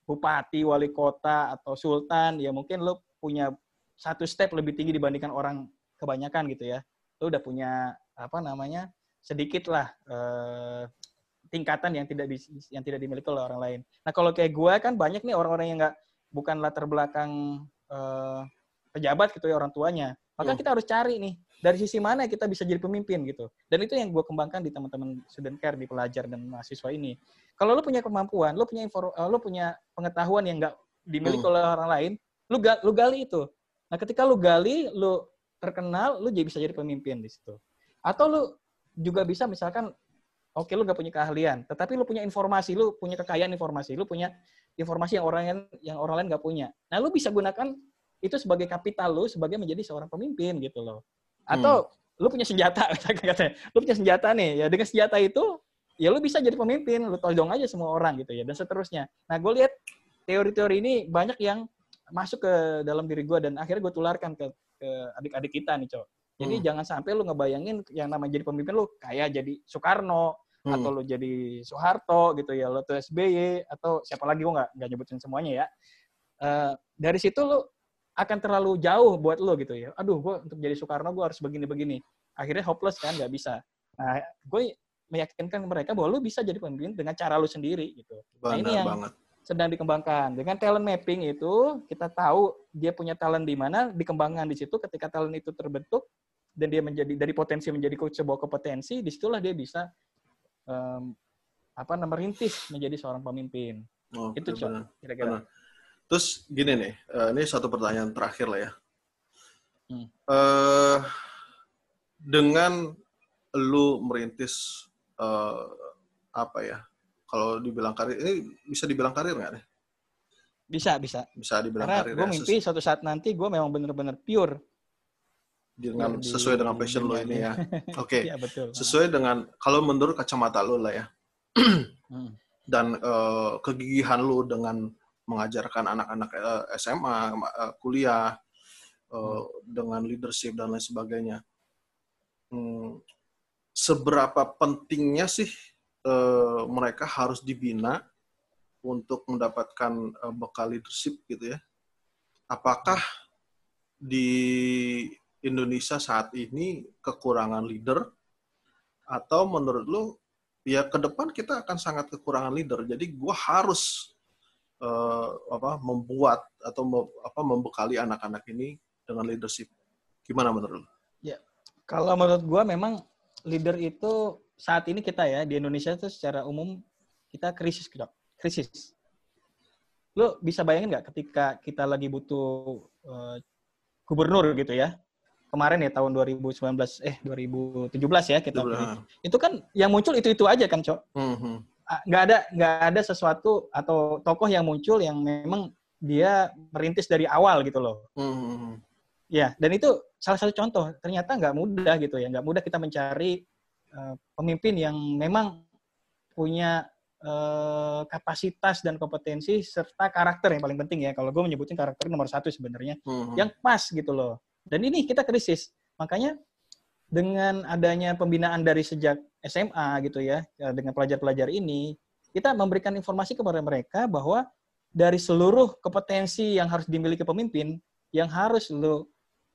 [SPEAKER 2] bupati, wali kota, atau sultan, ya mungkin lu punya satu step lebih tinggi dibandingkan orang kebanyakan gitu ya. Lu udah punya apa namanya sedikit lah eh, tingkatan yang tidak di, yang tidak dimiliki oleh orang lain. Nah kalau kayak gue kan banyak nih orang-orang yang nggak bukan latar belakang eh, pejabat gitu ya orang tuanya. Maka
[SPEAKER 1] Hmm.
[SPEAKER 2] kita harus cari nih dari sisi mana kita bisa jadi pemimpin gitu. Dan itu yang gue kembangkan di teman-teman student care, di pelajar dan mahasiswa ini. Kalau lu punya kemampuan, lu punya info, lu punya pengetahuan yang nggak dimiliki
[SPEAKER 1] Hmm.
[SPEAKER 2] oleh orang lain, lu ga, lu gali itu. Nah ketika lu gali, lu terkenal, lu jadi bisa jadi pemimpin di situ. Atau lu juga bisa misalkan, oke lu gak punya keahlian, tetapi lu punya informasi, lu punya kekayaan informasi, lu punya informasi yang orang yang, yang orang lain gak punya. Nah lu bisa gunakan itu sebagai kapital lu, sebagai menjadi seorang pemimpin gitu loh. Atau hmm. lu punya senjata, katanya, lu punya senjata nih, ya dengan senjata itu, ya lu bisa jadi pemimpin, lu todong aja semua orang gitu ya, dan seterusnya. Nah gue lihat teori-teori ini banyak yang masuk ke dalam diri gue, dan akhirnya gue tularkan ke, ke adik-adik kita nih, Cok. Jadi hmm. jangan sampai lu ngebayangin yang namanya jadi pemimpin lu kayak jadi Soekarno, hmm. atau lu jadi Soeharto gitu ya, lu tuh S B Y, atau siapa lagi, gue nggak nggak nyebutin semuanya ya. Uh, dari situ lu akan terlalu jauh buat lo gitu ya. Aduh, gue untuk jadi Soekarno gue harus begini-begini. Akhirnya hopeless kan, nggak bisa. Nah, gue meyakinkan mereka bahwa lo bisa jadi pemimpin dengan cara lo sendiri gitu.
[SPEAKER 1] Benar
[SPEAKER 2] nah ini yang
[SPEAKER 1] banget.
[SPEAKER 2] sedang dikembangkan. Dengan talent mapping itu, kita tahu dia punya talent di mana, dikembangkan di situ. Ketika talent itu terbentuk dan dia menjadi dari potensi menjadi sebuah kompetensi, disitulah dia bisa um, apa namanya merintis menjadi seorang pemimpin.
[SPEAKER 1] Oh,
[SPEAKER 2] itu Cok, kira-kira.
[SPEAKER 1] Terus gini nih, uh, ini satu pertanyaan terakhir lah ya.
[SPEAKER 2] Hmm.
[SPEAKER 1] Uh, dengan lu merintis uh, apa ya? Kalau dibilang karir, ini bisa dibilang karir nggak nih?
[SPEAKER 2] Bisa, bisa.
[SPEAKER 1] Bisa dibilang
[SPEAKER 2] Karena
[SPEAKER 1] karir.
[SPEAKER 2] Karena gue
[SPEAKER 1] ya?
[SPEAKER 2] mimpi suatu saat nanti gue memang bener-bener pure.
[SPEAKER 1] Dengan
[SPEAKER 2] pure
[SPEAKER 1] sesuai dengan passion lo ini ya. Oke. Okay.
[SPEAKER 2] Ya, betul.
[SPEAKER 1] Sesuai dengan kalau menurut kacamata lo lah ya. hmm. Dan uh, kegigihan lo dengan mengajarkan anak-anak uh, S M A, uh, kuliah, uh, hmm. dengan leadership dan lain sebagainya. Hmm, seberapa pentingnya sih uh, mereka harus dibina untuk mendapatkan uh, bekal leadership gitu ya? Apakah di Indonesia saat ini kekurangan leader, atau menurut lo ya ke depan kita akan sangat kekurangan leader, jadi gue harus Uh, apa membuat atau me, apa membekali anak-anak ini dengan leadership. Gimana menurut lo?
[SPEAKER 2] Ya, kalau menurut gua memang leader itu saat ini kita ya di Indonesia itu secara umum kita krisis, krisis. Lo bisa bayangin nggak ketika kita lagi butuh uh, gubernur gitu ya? Kemarin ya tahun dua ribu sembilan belas eh dua ribu tujuh belas ya kita pilih. Itu kan yang muncul itu-itu aja kan, Cok. Mm-hmm. nggak ada nggak ada sesuatu atau tokoh yang muncul yang memang dia merintis dari awal gitu loh. Mm-hmm. Ya, dan itu salah satu contoh. Ternyata nggak mudah gitu ya, nggak mudah kita mencari uh, pemimpin yang memang punya uh, kapasitas dan kompetensi serta karakter yang paling penting ya. Kalau gue menyebutin karakter nomor satu sebenarnya, mm-hmm. yang pas gitu loh. Dan ini kita krisis, makanya dengan adanya pembinaan dari sejak S M A gitu ya, dengan pelajar-pelajar ini, kita memberikan informasi kepada mereka bahwa dari seluruh kompetensi yang harus dimiliki pemimpin, yang harus lo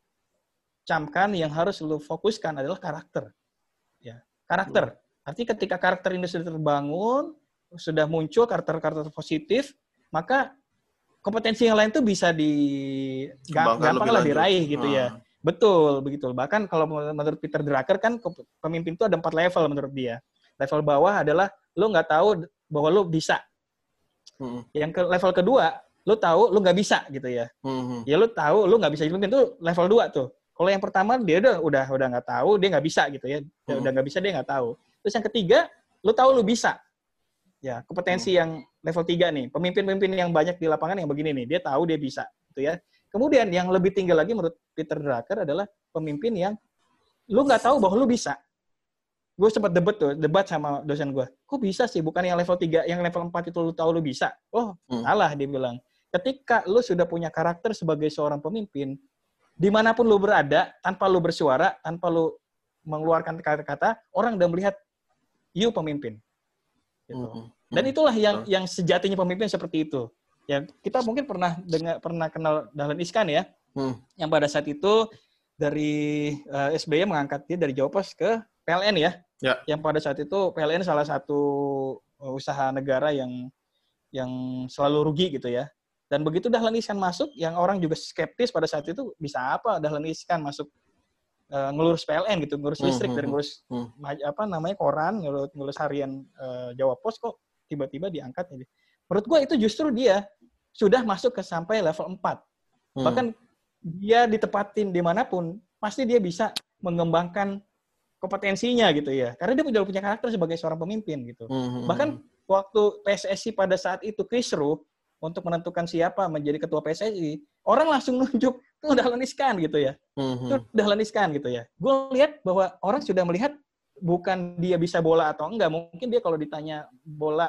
[SPEAKER 2] camkan, yang harus lo fokuskan adalah karakter. Ya, karakter. Artinya ketika karakter ini sudah terbangun, sudah muncul karakter-karakter positif, maka kompetensi yang lain tuh bisa di gampang lah diraih gitu hmm. ya. Betul, begitu. Bahkan kalau menurut Peter Drucker kan pemimpin itu ada empat level menurut dia. Level bawah adalah lo nggak tahu bahwa lo bisa. Hmm. Yang ke level kedua, lo tahu lo nggak bisa gitu ya. Hmm. Ya lo tahu lo nggak bisa jadi pemimpin itu level dua tuh. Kalau yang pertama dia udah udah udah nggak tahu, dia nggak bisa gitu ya. Hmm. Udah nggak bisa dia nggak tahu. Terus yang ketiga, lo tahu lo bisa. Ya, kompetensi hmm. yang level tiga nih. Pemimpin-pemimpin yang banyak di lapangan yang begini nih, dia tahu dia bisa gitu ya. Kemudian yang lebih tinggi lagi menurut Peter Drucker adalah pemimpin yang lu nggak tahu bahwa lu bisa. Gue sempat debat tuh, debat sama dosen gue. Kok bisa sih? Bukan yang level tiga, yang level empat itu lu tahu lu bisa. Oh, hmm. salah dia bilang. Ketika lu sudah punya karakter sebagai seorang pemimpin, dimanapun lu berada, tanpa lu bersuara, tanpa lu mengeluarkan kata-kata, orang udah melihat you pemimpin. Gitu. Hmm. Dan itulah yang yang sejatinya pemimpin seperti itu. Ya, kita mungkin pernah dengar pernah kenal Dahlan Iskan ya.
[SPEAKER 1] Hmm.
[SPEAKER 2] Yang pada saat itu dari uh, S B Y mengangkat dia dari Jawa Pos ke P L N ya.
[SPEAKER 1] Ya.
[SPEAKER 2] Yang pada saat itu P L N salah satu usaha negara yang yang selalu rugi gitu ya. Dan begitu Dahlan Iskan masuk, yang orang juga skeptis pada saat itu, bisa apa Dahlan Iskan masuk uh, ngelurus P L N gitu, ngurus listrik, hmm, dan ngurus hmm. apa namanya koran, ngurus, ngurus harian uh, Jawa Pos, kok tiba-tiba diangkat ini. Menurut gue itu justru dia sudah masuk ke sampai level empat. Hmm. Bahkan dia ditepatin dimanapun, pasti dia bisa mengembangkan kompetensinya gitu ya. Karena dia udah punya karakter sebagai seorang pemimpin gitu. Hmm. Bahkan waktu P S S I pada saat itu kisruh untuk menentukan siapa menjadi ketua P S S I, orang langsung nunjuk itu Dahlan Iskan gitu ya. Hmm. Itu Dahlan Iskan gitu ya. Gue lihat bahwa orang sudah melihat bukan dia bisa bola atau enggak. Mungkin dia kalau ditanya bola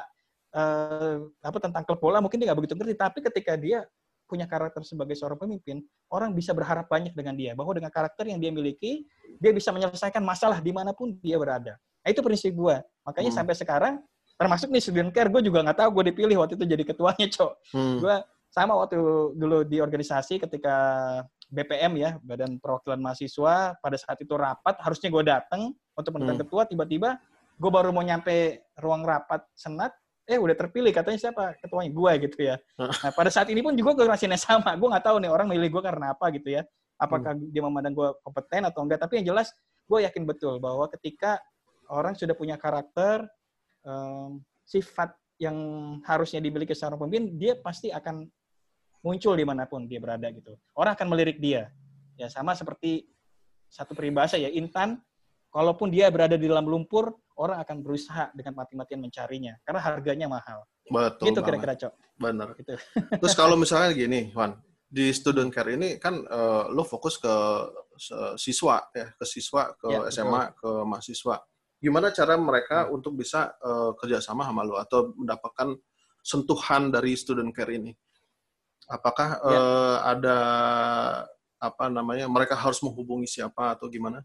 [SPEAKER 2] Uh, apa tentang klub bola mungkin dia nggak begitu ngerti, tapi ketika dia punya karakter sebagai seorang pemimpin, orang bisa berharap banyak dengan dia, bahwa dengan karakter yang dia miliki, dia bisa menyelesaikan masalah dimanapun dia berada. Nah, itu prinsip gue. Makanya hmm. sampai sekarang, termasuk nih student care, gue juga nggak tahu gue dipilih waktu itu jadi ketuanya, Cok. Hmm. Gue sama waktu dulu di organisasi ketika B P M ya, Badan Perwakilan Mahasiswa, pada saat itu rapat, harusnya gue datang untuk menentukan hmm. ketua, tiba-tiba gue baru mau nyampe ruang rapat senat, eh udah terpilih, katanya siapa ketuanya, gue gitu ya. Nah pada saat ini pun juga gue masih sama, gue nggak tahu nih orang milih gue karena apa gitu ya, apakah hmm. dia memandang gue kompeten atau enggak, tapi yang jelas gue yakin betul bahwa ketika orang sudah punya karakter, um, sifat yang harusnya dimiliki seorang pemimpin, dia pasti akan muncul dimanapun dia berada gitu. Orang akan melirik dia. Ya sama seperti satu peribahasa ya, Intan, kalaupun dia berada di dalam lumpur, orang akan berusaha dengan mati-matian mencarinya karena harganya mahal.
[SPEAKER 1] Betul.
[SPEAKER 2] Gitu kira-kira, Cok.
[SPEAKER 1] Benar. Gitu. Terus kalau misalnya gini, Wan, di student care ini kan uh, lo fokus ke uh, siswa ya, ke siswa, ke ya, S M A, betul. Ke mahasiswa. Gimana cara mereka hmm. untuk bisa uh, kerjasama sama lo atau mendapatkan sentuhan dari student care ini? Apakah ya. uh, ada apa namanya? Mereka harus menghubungi siapa atau gimana?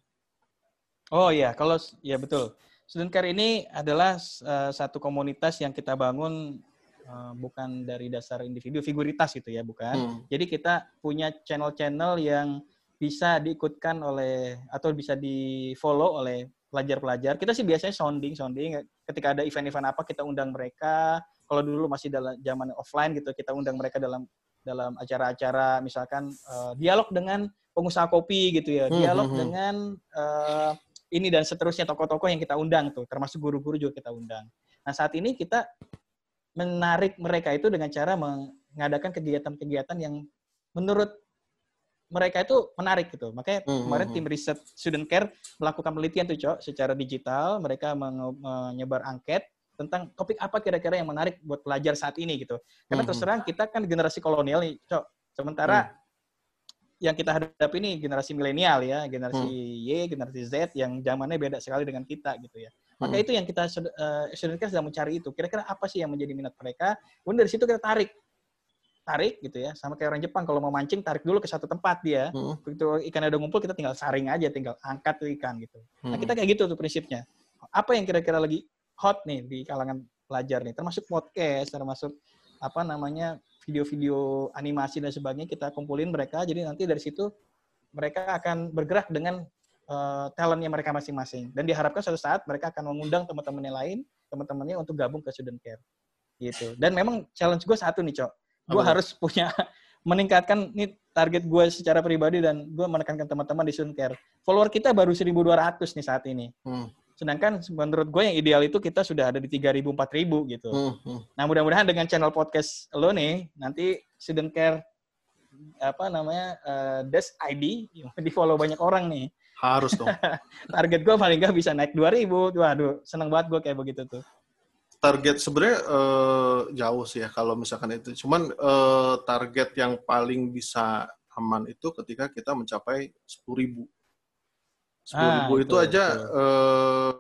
[SPEAKER 2] Oh iya, kalau ya betul. Student Care ini adalah uh, satu komunitas yang kita bangun uh, bukan dari dasar individu, figuritas gitu ya, bukan. Hmm. Jadi kita punya channel-channel yang bisa diikutkan oleh atau bisa di-follow oleh pelajar-pelajar. Kita sih biasanya sounding, sounding. Ketika ada event-event apa kita undang mereka. Kalau dulu masih dalam zaman offline gitu, kita undang mereka dalam dalam acara-acara misalkan uh, dialog dengan pengusaha kopi gitu ya, dialog hmm, hmm, dengan uh, ini dan seterusnya tokoh-tokoh yang kita undang tuh, termasuk guru-guru juga kita undang. Nah saat ini kita menarik mereka itu dengan cara mengadakan kegiatan-kegiatan yang menurut mereka itu menarik gitu. Makanya mm-hmm. kemarin tim riset Student Care melakukan penelitian tuh, Cok, secara digital. Mereka menyebar angket tentang topik apa kira-kira yang menarik buat pelajar saat ini gitu. Karena mm-hmm. terus terang kita kan generasi kolonial nih, Cok. Sementara mm. yang kita hadapi ini generasi milenial ya, generasi hmm. Y, generasi Z yang zamannya beda sekali dengan kita gitu ya. Maka hmm. itu yang kita uh, student care sedang mencari itu. Kira-kira apa sih yang menjadi minat mereka? Kemudian dari situ kita tarik. Tarik gitu ya. Sama kayak orang Jepang kalau mau mancing tarik dulu ke satu tempat dia. Hmm. Begitu ikannya udah ngumpul kita tinggal saring aja, tinggal angkat tuh ikan gitu. Hmm. Nah, kita kayak gitu tuh prinsipnya. Apa yang kira-kira lagi hot nih di kalangan pelajar nih, termasuk podcast, termasuk apa namanya video-video animasi dan sebagainya, kita kumpulin mereka, jadi nanti dari situ mereka akan bergerak dengan uh, talentnya mereka masing-masing, dan diharapkan suatu saat mereka akan mengundang teman-teman yang lain, teman-temannya untuk gabung ke student care, gitu. Dan memang challenge gue satu nih, Cok, gue harus punya meningkatkan nih target gue secara pribadi dan gue menekankan teman-teman di student care. Follower kita baru seribu dua ratus nih saat ini. Hmm. Sedangkan menurut gue yang ideal itu kita sudah ada di tiga ribu, empat ribu gitu. Hmm, hmm. Nah mudah-mudahan dengan channel podcast lo nih, nanti Student Care, apa namanya, uh, Desk I D, di-follow banyak orang nih.
[SPEAKER 1] Harus dong.
[SPEAKER 2] Target gue paling nggak bisa naik dua ribu. Waduh, seneng banget gue kayak begitu tuh.
[SPEAKER 1] Target sebenarnya uh, jauh sih ya kalau misalkan itu. Cuman uh, target yang paling bisa aman itu ketika kita mencapai sepuluh ribu. sepuluh ribu ah, itu, itu aja eh,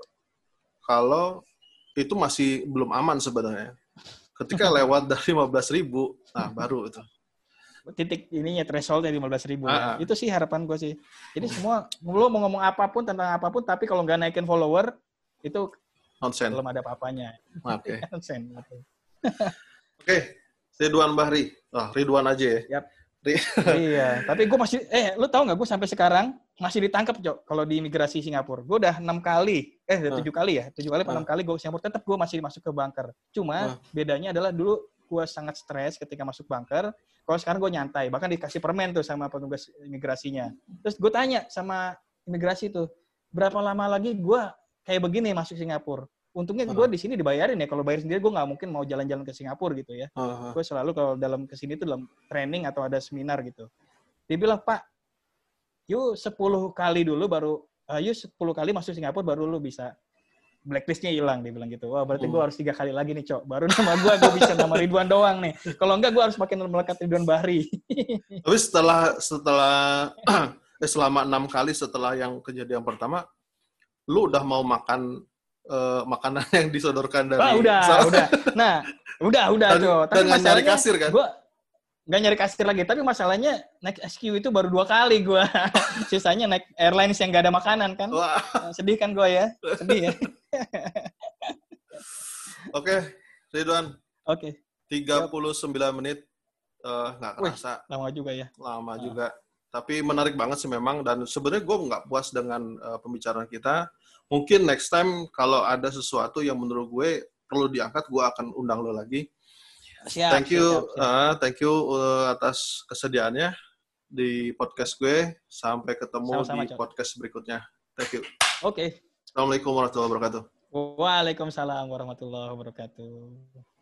[SPEAKER 1] kalau itu masih belum aman sebenarnya. Ketika lewat dari lima belas ribu, nah baru itu.
[SPEAKER 2] Titik ininya thresholdnya lima belas ribu ya. Itu sih harapan gue sih. Jadi semua, lo mau ngomong apapun tentang apapun, tapi kalau nggak naikin follower, itu
[SPEAKER 1] nonsen.
[SPEAKER 2] Belum ada apa-apanya.
[SPEAKER 1] Oke.
[SPEAKER 2] Nonsen.
[SPEAKER 1] Oke. Ridwan Bahri. Ah, Ridwan aja ya.
[SPEAKER 2] Yap. Iya, tapi gue masih, eh, lu tau nggak gue sampai sekarang masih ditangkap, Cok, kalau di imigrasi Singapura. Gue udah enam kali, eh, udah tujuh kali ya, tujuh kali atau enam kali gue ke Singapura, tetap gue masih masuk ke bunker. Cuma
[SPEAKER 1] Uh.
[SPEAKER 2] bedanya adalah dulu gue sangat stres ketika masuk bunker. Kalau sekarang gue nyantai, bahkan dikasih permen tuh sama petugas imigrasinya. Terus gue tanya sama imigrasi tuh, berapa lama lagi gue kayak begini masuk Singapura? Untungnya gue di sini dibayarin ya. Kalau bayar sendiri gue nggak mungkin mau jalan-jalan ke Singapura gitu ya. Uh-huh. Gue selalu kalau dalam kesini tuh dalam training atau ada seminar gitu. Dia bilang, Pak, yuk sepuluh kali dulu baru, uh, yuk sepuluh kali masuk Singapura baru lu bisa blacklistnya hilang. Dia bilang gitu. Wah, berarti gue uh. harus tiga kali lagi nih, Cok. Baru nama gue, gue bisa nama Ridwan doang nih. Kalau enggak gue harus pakai melekat Ridwan Bahri.
[SPEAKER 1] Tapi setelah setelah eh, selama enam kali setelah yang kejadian pertama, lu udah mau makan Uh, makanan yang disodorkan dari...
[SPEAKER 2] Oh, udah,
[SPEAKER 1] so,
[SPEAKER 2] udah. Nah, udah, udah,
[SPEAKER 1] dan,
[SPEAKER 2] Cok. Tapi
[SPEAKER 1] masalahnya, nyari kasir, kan?
[SPEAKER 2] Gue nggak nyari kasir lagi. Tapi masalahnya, naik S Q itu baru dua kali gue. Sisanya naik airlines yang nggak ada makanan, kan? Wah. Sedih kan gue ya? Sedih ya?
[SPEAKER 1] Oke, Ridwan.
[SPEAKER 2] Oke. Okay.
[SPEAKER 1] tiga puluh sembilan menit. Uh, nggak kerasa.
[SPEAKER 2] Wih, lama juga ya?
[SPEAKER 1] Lama uh. juga. Tapi menarik banget sih memang. Dan sebenarnya gue nggak puas dengan uh, pembicaraan kita. Mungkin next time kalau ada sesuatu yang menurut gue perlu diangkat, gue akan undang lo lagi. Siap, thank you, siap, siap. Uh, thank you uh, atas kesediaannya di podcast gue. Sampai ketemu Sama-sama, di Cok. podcast berikutnya. Thank you.
[SPEAKER 2] Oke. Okay.
[SPEAKER 1] Assalamualaikum warahmatullahi wabarakatuh.
[SPEAKER 2] Waalaikumsalam warahmatullahi wabarakatuh.